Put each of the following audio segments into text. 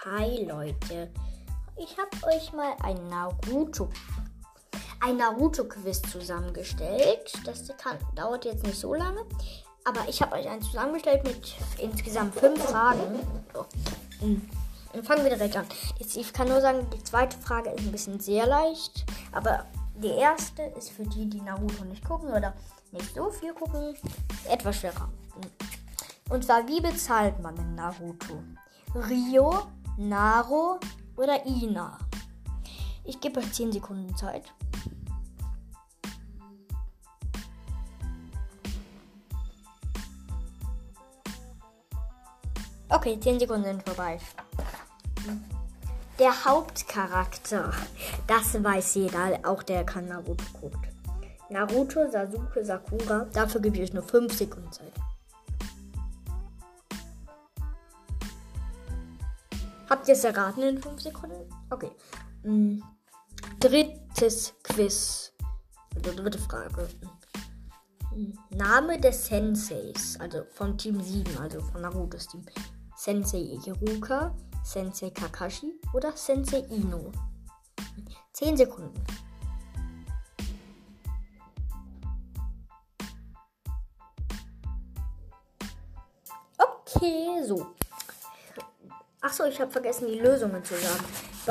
Hi Leute, ich habe euch mal ein Naruto-Quiz zusammengestellt. Das dauert jetzt nicht so lange, aber ich habe euch einen zusammengestellt mit insgesamt 5 Fragen. So. Dann fangen wir direkt an. Ich kann nur sagen, die zweite Frage ist ein bisschen sehr leicht, aber die erste ist für die, die Naruto nicht gucken oder nicht so viel gucken, etwas schwerer. Und zwar, wie bezahlt man in Naruto? Rio, Naro oder Ina? Ich gebe euch 10 Sekunden Zeit. Okay, 10 Sekunden sind vorbei. Der Hauptcharakter, das weiß jeder, auch der kann Naruto guckt. Naruto, Sasuke, Sakura, dafür gebe ich euch nur 5 Sekunden Zeit. Habt ihr es erraten in 5 Sekunden? Okay. Drittes Quiz. Dritte Frage. Name des Senseis, also vom Team 7, also von Narutos Team. Sensei Iruka, Sensei Kakashi oder Sensei Ino? 10 Sekunden. Okay, so. Achso, ich habe vergessen, die Lösungen zu sagen.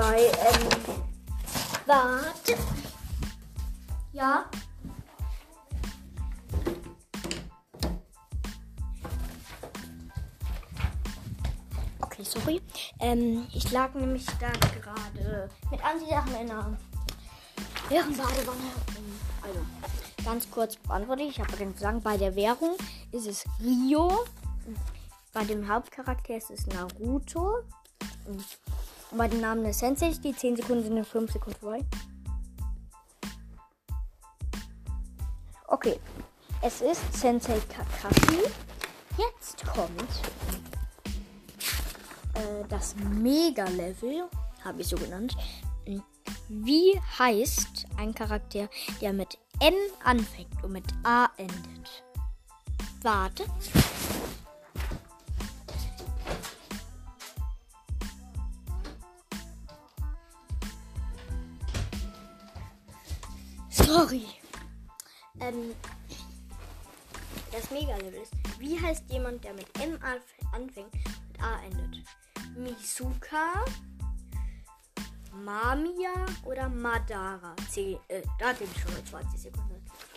Warte. Ja. Okay, sorry. Ich lag nämlich da gerade mit anderen Sachen in der Badewanne. Also, ganz kurz beantworte ich. Ich habe vergessen zu sagen, bei der Währung ist es Rio. Bei dem Hauptcharakter ist es Naruto. Und bei dem Namen des Sensei, die 10 Sekunden sind in 5 Sekunden vorbei. Okay, es ist Sensei Kakashi. Jetzt kommt das Mega-Level, habe ich so genannt. Wie heißt ein Charakter, der mit M anfängt und mit A endet? Warte. Sorry. Das Mega-Level ist, wie heißt jemand, der mit M anfängt und A endet? Misuka, Mamiya oder Madara? Da gebe ich schon mal 20 Sekunden.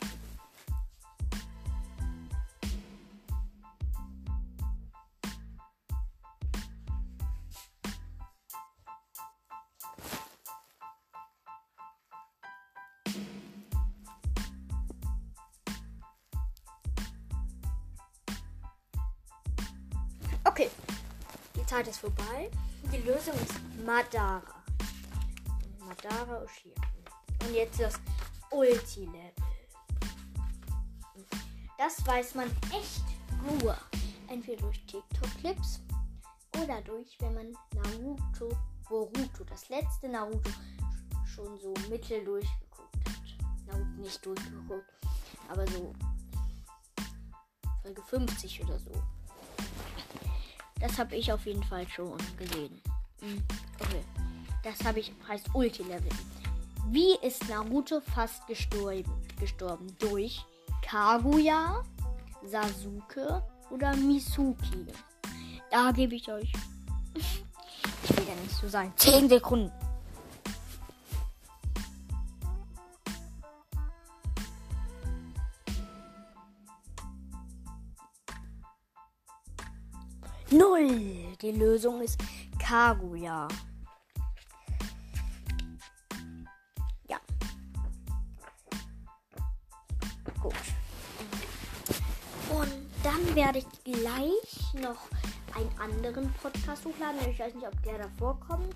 Okay, die Zeit ist vorbei. Die Lösung ist Madara. Madara Uchiha. Und jetzt das Ulti-Level. Das weiß man echt nur. Entweder durch TikTok-Clips oder wenn man Boruto, das letzte Naruto, schon so mittel durchgeguckt hat. Naruto nicht durchgeguckt, aber so Folge 50 oder so. Das habe ich auf jeden Fall schon gesehen. Okay. Das heißt Ulti-Level. Wie ist Naruto fast gestorben? Durch Kaguya, Sasuke oder Misuki? Da gebe ich euch. Ich will ja nicht so sein. 10 Sekunden. Null. Die Lösung ist Kaguya. Ja. Gut. Und dann werde ich gleich noch einen anderen Podcast hochladen. Ich weiß nicht, ob der davor kommt.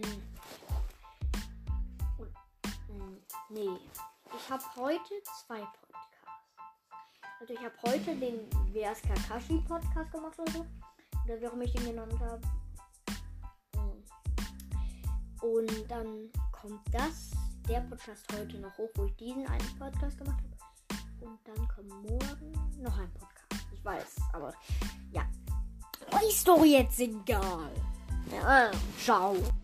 Nee. Ich habe heute 2 Podcasts. Also ich habe heute den Wer ist Kakashi Podcast gemacht oder so. Oder warum ich den genannt habe. Und dann kommt der Podcast heute noch hoch, wo ich diesen einen Podcast gemacht habe. Und dann kommt morgen noch ein Podcast. Ich weiß, aber ja. Die Story jetzt egal. Ciao.